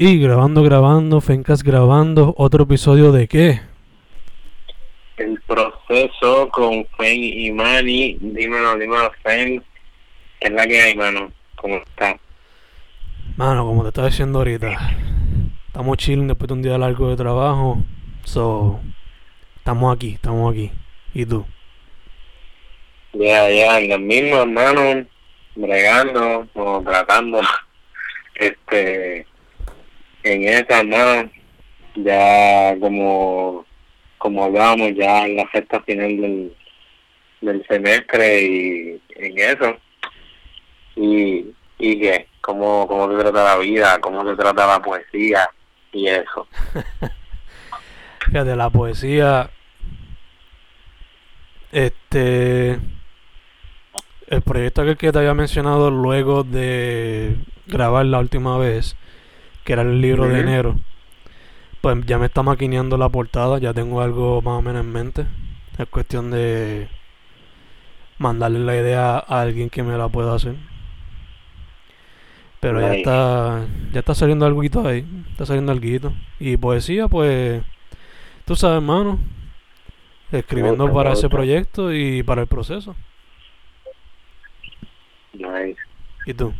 Y grabando, Fencast grabando, otro episodio de ¿qué? El proceso con Fen y Manny. Dímelo, Fen. ¿Qué es la que hay, mano? ¿Cómo está? Mano, como te estaba diciendo ahorita, estamos chilling después de un día largo de trabajo. So, estamos aquí. ¿Y tú? Ya, en las mismas, hermano. Bregando, o tratando. Este, en esa, hermano. Ya como hablábamos, ya en la recta final del semestre y en eso. Y qué, cómo se trata la vida, cómo se trata la poesía y eso. Fíjate, la poesía, el proyecto aquel que te había mencionado luego de grabar la última vez, que era el libro de Uh-huh. enero, pues ya me está maquineando la portada, ya tengo algo más o menos en mente. Es cuestión de mandarle la idea a alguien que me la pueda hacer. Pero Nice. ya está saliendo algo ahí, está saliendo algo. Y poesía, pues, tú sabes, hermano, escribiendo Me para ese gusta. proyecto y para el proceso. Nice. ¿Y tú?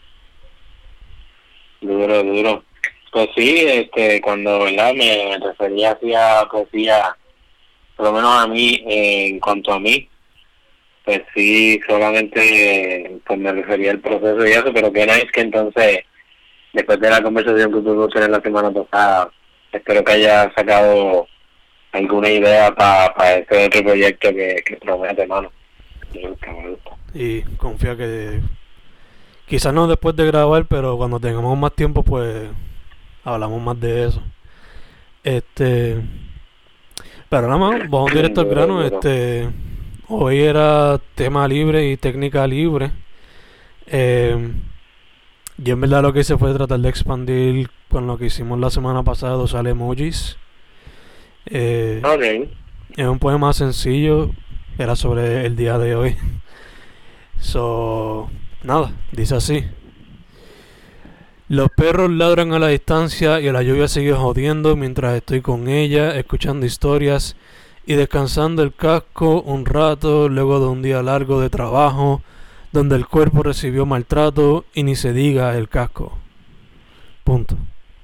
Duro. Pues sí, cuando, ¿verdad? Me refería así a poesía, por lo menos a mí, en cuanto a mí, pues sí, solamente pues me refería al proceso y eso, pero qué nice que entonces, después de la conversación que tuvimos en la semana pasada, espero que haya sacado alguna idea para ese otro proyecto que promete, mano. Me gusta. Y confía que quizás no después de grabar, pero cuando tengamos más tiempo, pues hablamos más de eso. Este, pero nada más, vamos directo al grano. Duro. Hoy era tema libre y técnica libre. Eh, yo en verdad lo que hice fue tratar de expandir con lo que hicimos la semana pasada, usar emojis. Eh, Ok. es un poema sencillo, era sobre el día de hoy. So, nada, dice así. Los perros ladran a la distancia y la lluvia sigue jodiendo mientras estoy con ella, escuchando historias y descansando el casco un rato luego de un día largo de trabajo donde el cuerpo recibió maltrato y ni se diga el casco. Punto.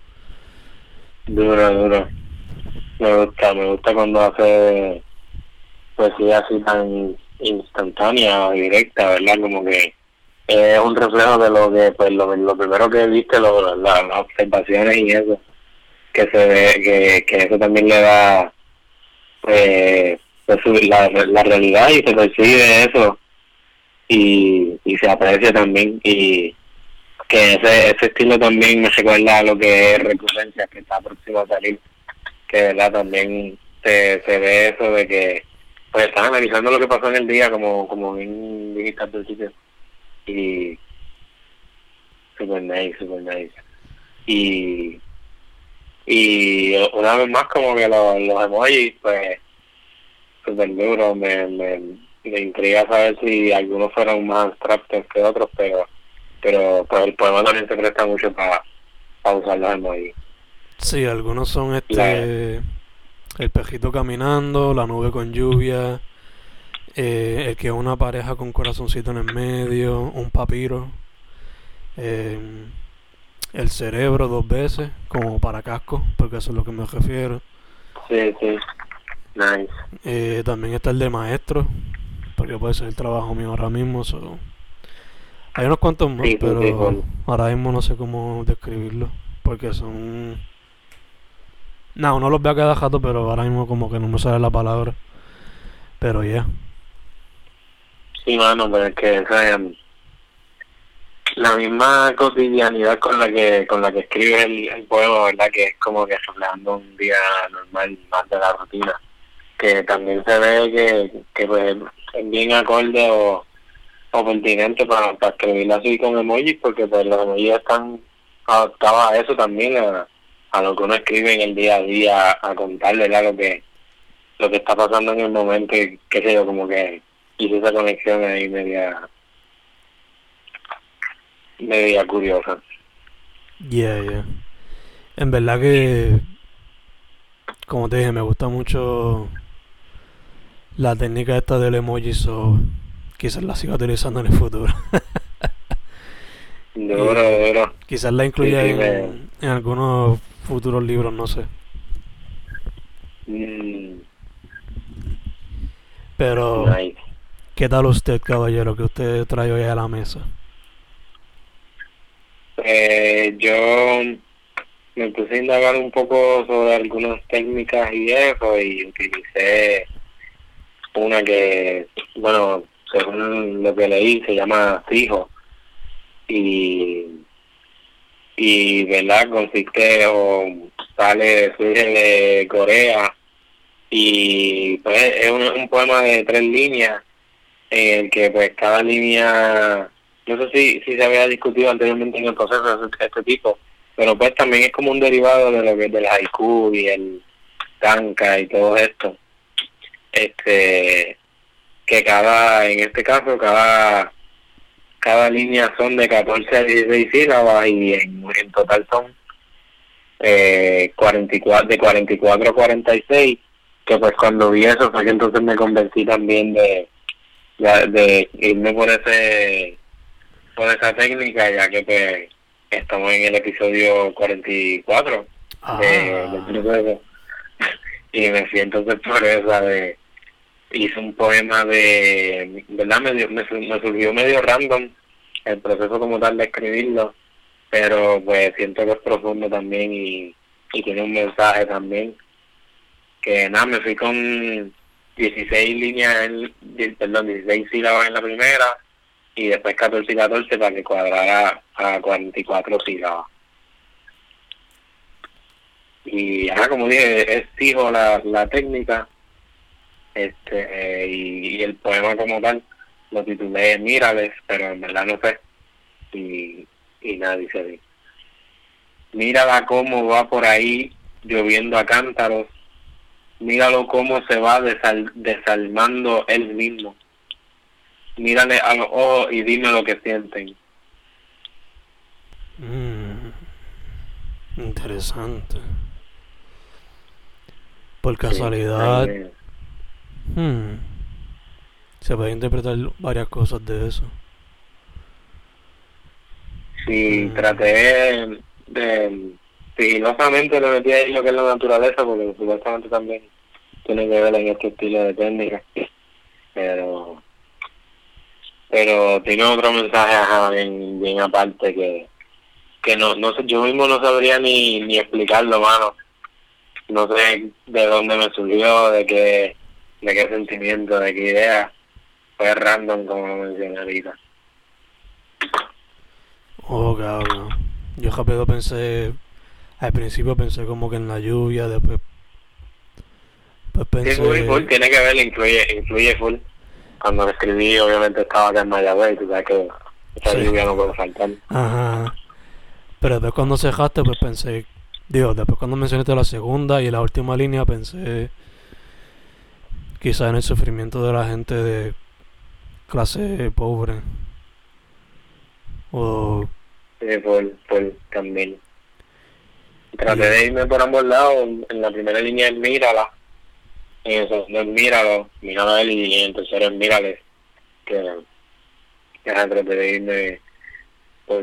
Duro. Me gusta cuando hace poesía así tan instantánea o directa, ¿verdad? Como que es un reflejo de lo que, pues lo primero que viste, las observaciones y eso, que se ve, que eso también le da, pues la realidad y se percibe eso y se aprecia también y que ese estilo también me recuerda a lo que es Recurrencia, que está próximo a salir, que verdad también se ve eso de que pues están analizando lo que pasó en el día como bien dijiste al principio y super nice y una vez más como que los emojis pues super duros me intriga saber si algunos fueron más abstractos que otros pero pues el poema también se presta mucho para usar los emojis. Sí, algunos son La, el pejito caminando, la nube con lluvia, el que es una pareja con corazoncito en el medio, un papiro, eh, el cerebro dos veces, como para casco, porque eso es lo que me refiero. sí, nice. También está el de maestro, porque puede ser el trabajo mío ahora mismo. So. Hay unos cuantos más, Sí, pero cool. ahora mismo no sé cómo describirlo, porque son... No, no los veo a cada jato, pero ahora mismo como que no me sale la palabra. Pero ya. Yeah. Sí, mano, pero es que esa es la misma cotidianidad con la que escribe el poema, ¿verdad? Que es como que reflejando un día normal más de la rutina. Que también se ve que pues es bien acorde o pertinente para escribirlo así con emojis, porque pues los emojis están adaptados a eso también, a lo que uno escribe en el día a día, a contar, ¿verdad? Lo que está pasando en el momento y qué sé yo, como que hice esa conexión ahí media curiosa. Yeah, yeah. En verdad que, como te dije, me gusta mucho la técnica esta del emoji, so quizás la siga utilizando en el futuro. Duro, Y duro. quizás la Sí, incluya sí, me... en algunos futuros libros, no sé. mm, Pero, nice. ¿qué tal usted, caballero, que usted trae hoy a la mesa? Yo me puse a indagar un poco sobre algunas técnicas y eso, y utilicé una que, bueno, según lo que leí, se llama fijo, y, y verdad, consiste o surge de Corea, y pues es un poema de 3 líneas, en el que pues cada línea, no sé si se había discutido anteriormente en el proceso de este tipo, pero pues también es como un derivado de lo que es del haiku y el tanka y todo esto, que en este caso, cada línea son de 14 a 16 sílabas, y en total son 44, de 44 a 46, que pues cuando vi eso fue que entonces me convencí también de irme por esa técnica, ya que pues estamos en el episodio 44 del Ah, proceso, y me fui entonces por esa hice un poema verdad, me surgió medio random el proceso como tal de escribirlo, pero pues siento que es profundo también, y tiene un mensaje también, que nada, me fui con 16 líneas, 16 sílabas en la primera, y después 14 y 14 para que cuadrara a 44 sílabas. Y como dije, es fijo la técnica, y el poema como tal lo titulé Mírales, pero en verdad no sé, y nada, dice así: mírala cómo va por ahí lloviendo a cántaros, míralo cómo se va desalmando él mismo, mírale a los ojos y dime lo que sienten. mm, interesante. Por Sí, ahí casualidad, hmm, se puede interpretar varias cosas de eso. sí, Hmm, traté de sigilosamente le metí ahí lo que es la naturaleza, porque supuestamente también tiene que ver en este estilo de técnica, pero tiene otro mensaje, bien aparte, que no sé, yo mismo no sabría ni explicarlo, mano. No sé de dónde me surgió, de qué sentimiento, de qué idea. Fue random, como lo mencioné ahorita. oh, cabrón. Yo rápido pensé, al principio pensé como que en la lluvia, después Sí, full, pensé, tiene que ver, influye full. Cuando lo escribí, obviamente estaba acá en Mayagüez, y tú sabes que esa sí, lluvia no puede faltar. ajá. Pero después cuando cejaste, pues pensé, digo, después cuando mencionaste la segunda y la última línea, pensé quizá en el sufrimiento de la gente de clase pobre. O, Sí, full también. Traté y, de irme por ambos lados. En la primera línea es mírala, en el segundo es míralo a él, y en el tercero es mírale, que traté de irme por,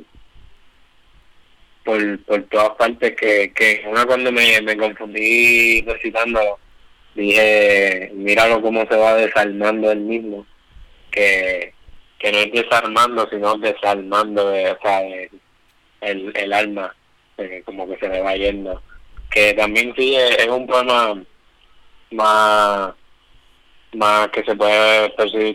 por todas partes, que una, cuando me confundí recitándolo, dije, míralo cómo se va desarmando él mismo, que, no es desarmando, sino desarmando, o sea, el alma, como que se le va yendo. Que también sí es un poema más, más que se puede percibir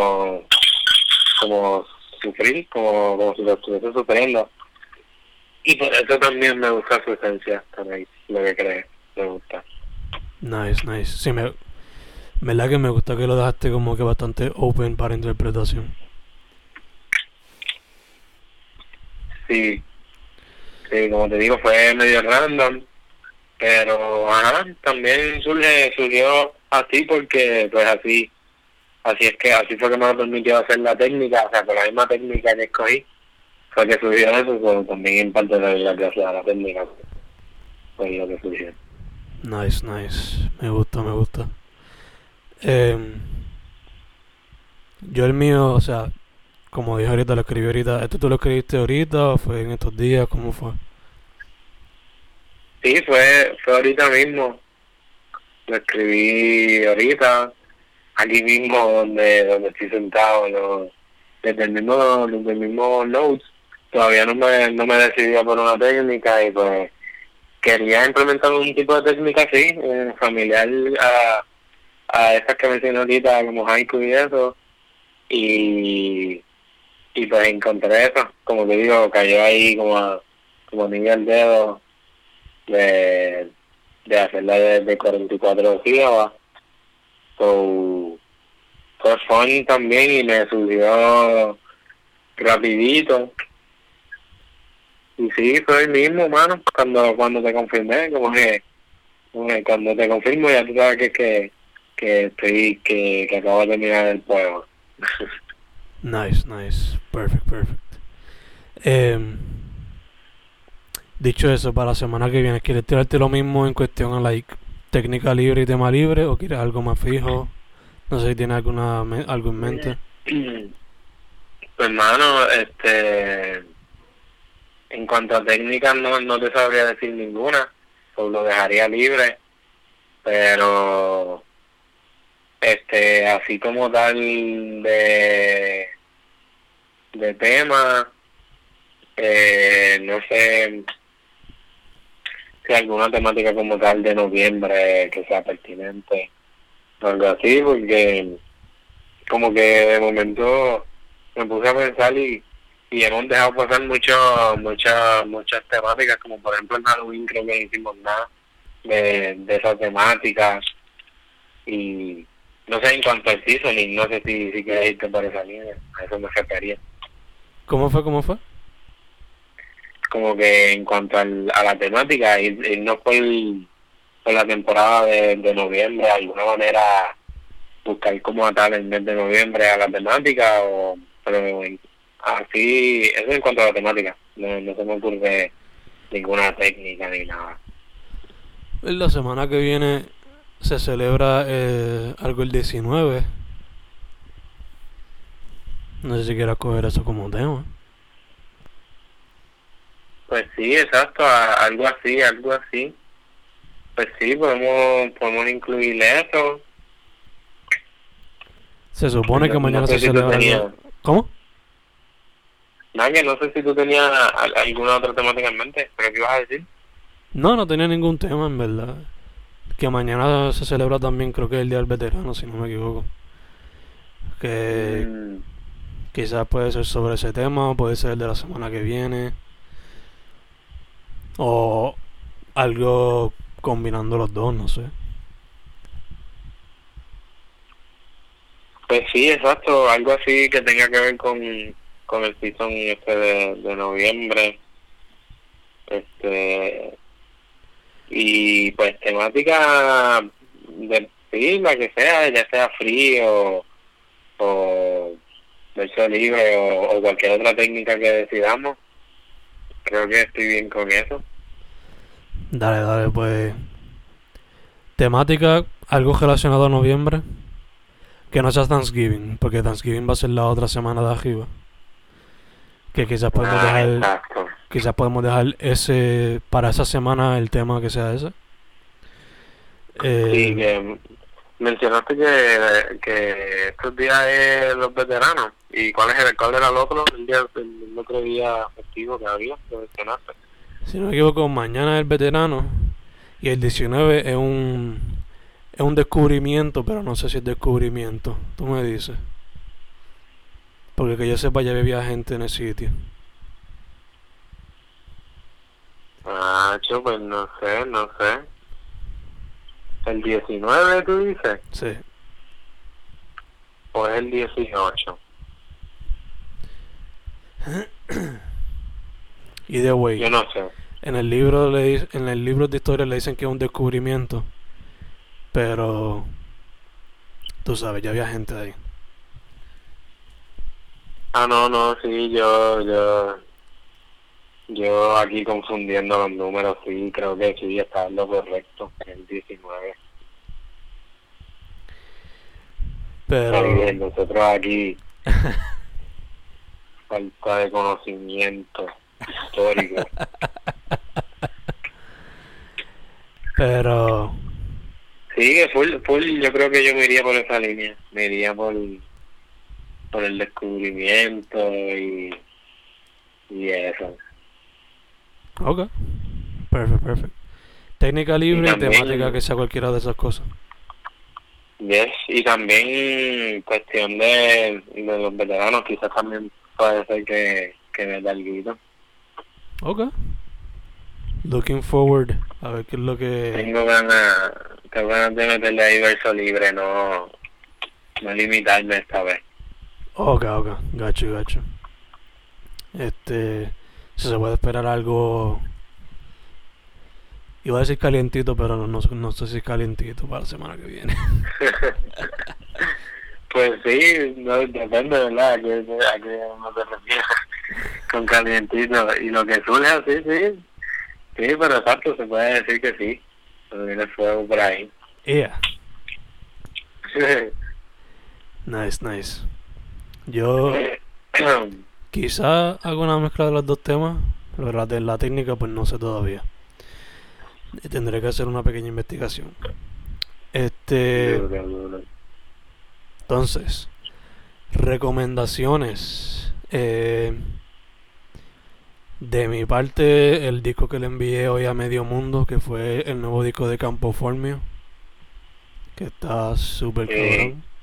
como sufrir, como si lo estuviese sufriendo. Y por eso también me gusta su esencia, también, lo que cree, me gusta. nice, nice. Sí, verdad que me gusta que lo dejaste como que bastante open para interpretación. Sí, sí, como te digo, fue medio random, pero también surgió así, porque pues así fue que me permitió hacer la técnica, o sea, con la misma técnica que escogí, fue que surgió eso, pero también en parte de la gracia de la técnica. pues lo que surgió. Nice, nice. Me gusta, me gusta. Em, yo el mío, o sea, como dije ahorita, lo escribí ahorita. ¿Esto tú lo escribiste ahorita o fue en estos días? ¿Cómo fue? Sí, fue ahorita mismo, lo escribí ahorita, aquí mismo donde estoy sentado, desde el mismo Notes. Todavía no me decidía por una técnica y pues quería implementar un tipo de técnica así, familiar a estas que mencioné ahorita, como haiku y eso, y, y pues encontré eso, como te digo, cayó ahí como niño al dedo de, de hacerla de 44 sílabas. So, fue fun también y me surgió rapidito. Y sí, fue el mismo, mano, cuando te confirmé, como que cuando te confirmo ya tú sabes que acabo de terminar el poema. Nice, nice. Perfect, perfect. Em, dicho eso, para la semana que viene, ¿quieres tirarte lo mismo en cuestión a like técnica libre y tema libre o quieres algo más fijo? No sé si tienes algo en mente. Pues hermano, en cuanto a técnicas no te sabría decir ninguna, pues lo dejaría libre, pero así como tal de tema, no sé si alguna temática como tal de noviembre que sea pertinente o algo así, porque como que de momento me puse a pensar y hemos dejado pasar muchas temáticas, como por ejemplo en Halloween creo que no hicimos nada de esa temática, y no sé en cuanto al seasoning, no sé si quieres irte por esa línea, a eso me refería. ¿Cómo fue? ¿Cómo fue? Como que en cuanto a la temática, irnos por la temporada de noviembre, de alguna manera buscar como atar el mes de noviembre a la temática, pero así, eso en cuanto a la temática, no se me ocurre ninguna técnica ni nada. La semana que viene se celebra algo el 19. No sé si quieras coger eso como tema. Pues sí, exacto, algo así. Pues sí, podemos incluir eso. Se supone que No mañana se sé si tú celebra tenías, algo. ¿Cómo? nada, que no sé si tú tenías alguna otra temática en mente, pero ¿qué ibas a decir? No, no tenía ningún tema en verdad. Que mañana se celebra también, creo que es el Día del Veterano, si no me equivoco. Que Mm, quizás puede ser sobre ese tema, o puede ser el de la semana que viene. O algo combinando los dos, no sé. pues sí, exacto, algo así que tenga que ver con el season de noviembre, y pues temática de sí, la que sea, ya sea frío o verso libre o cualquier otra técnica que decidamos, creo que estoy bien con eso. Dale, dale, pues. Temática, algo relacionado a noviembre. Que no sea Thanksgiving, porque Thanksgiving va a ser la otra semana de arriba. Que Exacto. quizás podemos dejar ese para esa semana el tema que sea ese. Sí, Eh, que mencionaste que estos días es los veteranos. ¿Y cuál era el otro día festivo que había, que mencionaste? si no me equivoco, mañana es el veterano y el 19 es un descubrimiento, pero no sé si es descubrimiento. Tú me dices. Porque que yo sepa ya había gente en el sitio. Ah, pues no sé. ¿El 19 tú dices? Sí. ¿O es el 18? Y de way, Yo no sé. en el libro de historia le dicen que es un descubrimiento, pero tú sabes, ya había gente ahí. Ah, no, sí, yo Yo aquí confundiendo los números, sí, creo que sí está en lo correcto, el 19. Está Pero bien, nosotros aquí, falta de conocimiento histórico. pero Sí, que full, yo creo que yo me iría por esa línea, me iría por el descubrimiento y eso. ok, perfecto. Técnica Y libre y temática también, que sea cualquiera de esas cosas. yes, y también cuestión de los veteranos, quizás también puede ser que me da algo. Ok. Looking forward a ver qué es lo que... Tengo ganas de meterle ahí verso libre, no limitarme esta vez. Ok, gacho. Si se puede esperar algo... Iba a decir calientito, pero no sé si calientito para la semana que viene. Pues sí, no, depende, ¿verdad? A qué uno se refiere con calientito. Y lo que surge, sí. Sí, pero exacto, se puede decir que sí. Pero viene fuego por ahí. Yeah, nice. Yo quizá hago una mezcla de los dos temas, pero la técnica pues no sé todavía. Tendré que hacer una pequeña investigación. Duro. Entonces, recomendaciones. De mi parte, el disco que le envié hoy a Medio Mundo, que fue el nuevo disco de Campo Formio, que está súper Sí. cabrón.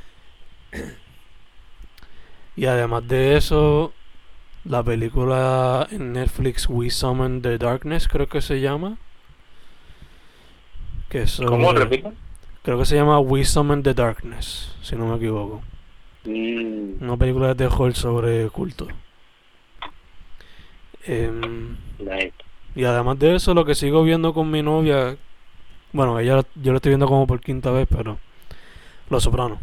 Y además de eso, la película en Netflix We Summon the Darkness, creo que se llama. Que es ¿Cómo sobre... repito? Creo que se llama We Summon the Darkness, si no me equivoco. Mm, Una película de terror sobre culto. nice. Y además de eso, lo que sigo viendo con mi novia, bueno, yo lo estoy viendo como por quinta vez, pero Los Sopranos.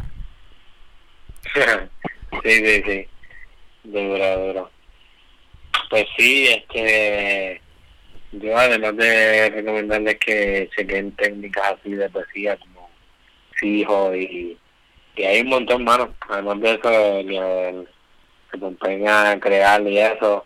Sí. Duro. Pues sí, yo además de recomendarles que chequen técnicas así de poesía como fijo y hay un montón, mano. Además de eso, se te empeña a crear y eso.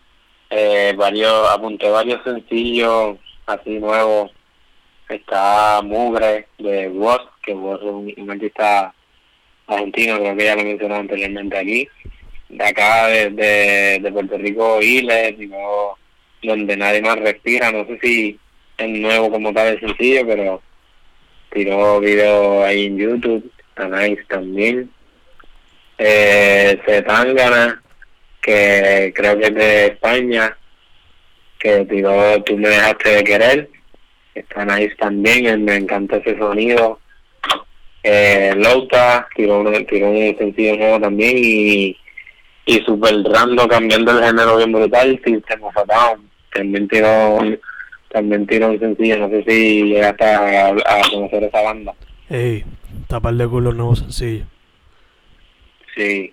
Apunté varios sencillos así nuevos. Está Mugre de Woz, que Woz es un artista argentino, creo que ya lo mencioné anteriormente aquí. De acá, de Puerto Rico, Iles, digo, donde nadie más respira. No sé si es nuevo como tal el sencillo, pero tiró video ahí en YouTube, está nice también. Zetangana, que creo que es de España, que tiró Tú me dejaste de querer, está nice también, me encanta ese sonido. Louta tiró un sencillo nuevo también y super random, cambiando el género bien brutal. System of a Down también tiró un sencillo, no sé si llegaste a conocer esa banda. Ey, tapar de culo nuevos sencillos. Sí,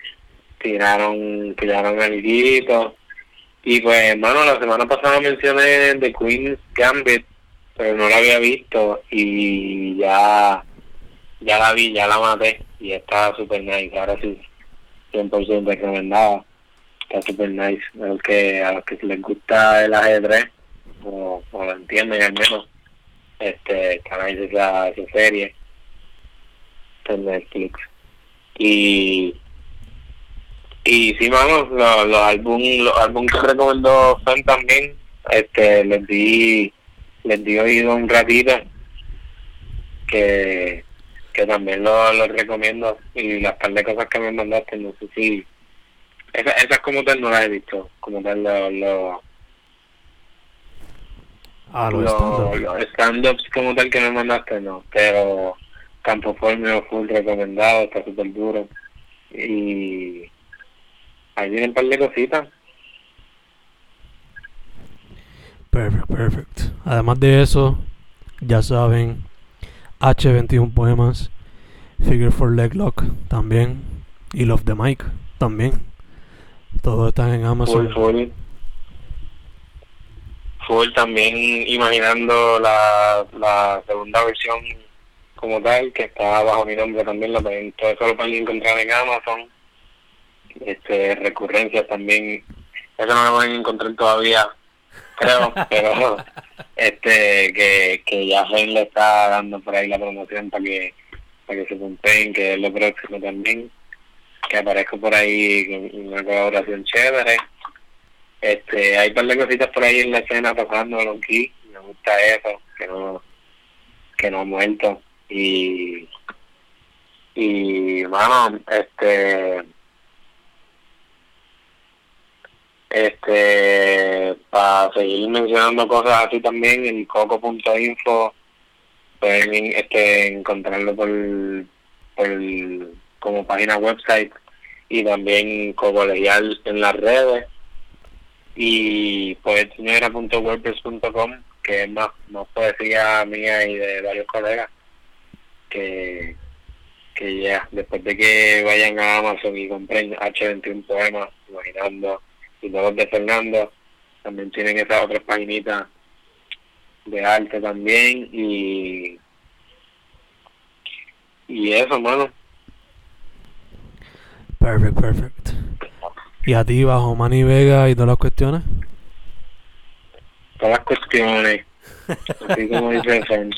tiraron el grito. Y pues, hermano, la semana pasada mencioné The Queen's Gambit, pero no la había visto y ya la vi, ya la maté y está super nice. Ahora sí, 100% recomendada. Está super nice. A los que les gusta el ajedrez, o lo entienden al menos, está nice esa serie. Está en Netflix. Y sí, vamos, los álbum que recomendó Fan también, les di oído un ratito, que también lo recomiendo, y las par de cosas que me mandaste, no sé si, esas como tal no las he visto, como tal Los stand-up. los stand-ups como tal que me mandaste, no, pero Campo Formio full recomendado, está súper duro, y ahí vienen un par de cositas. Perfect. Además de eso, ya saben, H21 Poemas, Figure for Leglock también, y Love the Mic también. Todos están en Amazon. Full. full también imaginando la segunda versión como tal, que está bajo mi nombre también, todo eso lo pueden encontrar en Amazon. Recurrencias también, eso no lo pueden encontrar todavía, creo, pero que ya Fen le está dando por ahí la promoción para que se punten, que es lo próximo también, que aparezco por ahí con una colaboración chévere. Hay un par de cositas por ahí en la escena pasando aquí, me gusta eso, que no ha muerto. Y bueno, para seguir mencionando cosas así también, en coco.info pueden encontrarlo por como página website, y también Cocolegial en las redes, y poetnegra.wordpress.com, que es más poesía mía y de varios colegas, que ya después de que vayan a Amazon y compren H21 Poemas, Imaginando, y todos de Fernando, también tienen esas otras paginitas de arte también, y eso, mano. Perfect. ¿Y a ti bajo Manny Vega y todas las cuestiones? Todas las cuestiones, así como dice Fen.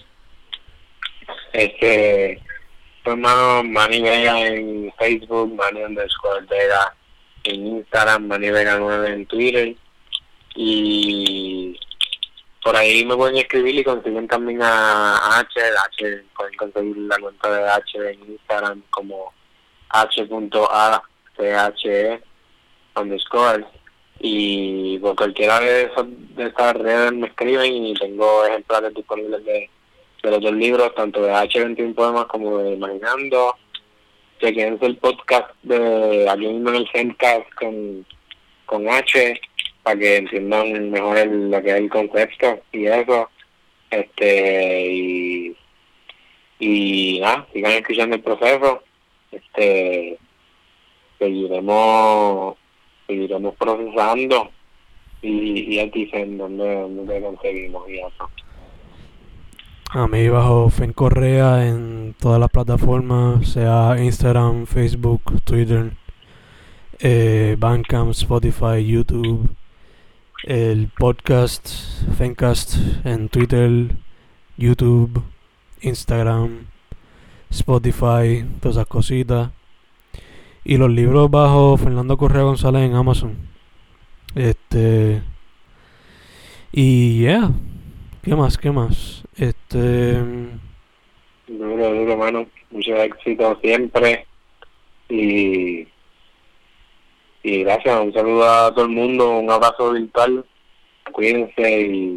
Pues, mano, Manny Vega en Facebook, Manny_Vega en Instagram, Manny Vega 9 en Twitter, y por ahí me pueden escribir y consiguen también a H, pueden conseguir la cuenta de H en Instagram como h.ache_, y por cualquiera de estas redes me escriben, y tengo ejemplares disponibles de los dos libros, tanto de H21 Poemas como de Imaginando. Chequense el podcast de aquí mismo en el Fencast con H, para que entiendan mejor lo que es el concepto y eso. Y nada, sigan escuchando el proceso. Seguiremos procesando y aquí dicen dónde conseguimos y eso. A mí bajo Fen Correa en todas las plataformas, sea Instagram, Facebook, Twitter, Bandcamp, Spotify, YouTube, el podcast Fencast en Twitter, YouTube, Instagram, Spotify, todas esas cositas. Y los libros bajo Fernando Correa González en Amazon. Y yeah, ¿qué más? Duro, mano. Mucho éxito siempre. Y gracias. Un saludo a todo el mundo. Un abrazo virtual. Cuídense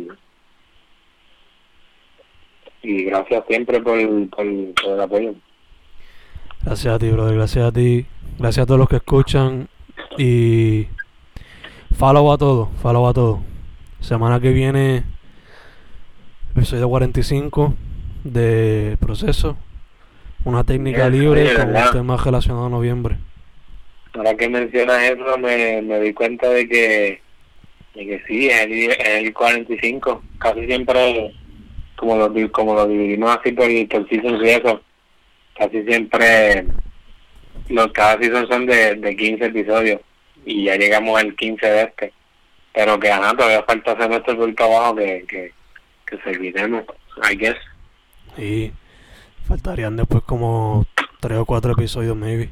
y gracias siempre por el apoyo. Gracias a ti, brother. Gracias a ti. Gracias a todos los que escuchan. Y follow a todos. Semana que viene, episodio 45 de Proceso. Una técnica libre con un tema relacionado a noviembre. Ahora que mencionas eso, me di cuenta de que sí, es el 45. Casi siempre, como lo dividimos así por seasons y eso, casi siempre cada season son de 15 episodios, y ya llegamos al 15 de este. Pero que todavía falta hacer nuestro por trabajo que seguiremos, I guess. Y faltarían después como 3 o 4 episodios, maybe.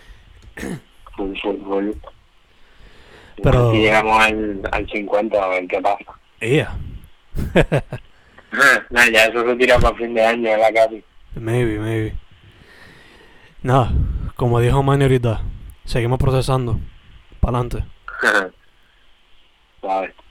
Full. Pero si llegamos al 50, a ver qué pasa. Yeah. Ya eso se tira para fin de año, ¿verdad, casi? Maybe. Nada, como dijo Manny ahorita, seguimos procesando. Para adelante. Suave.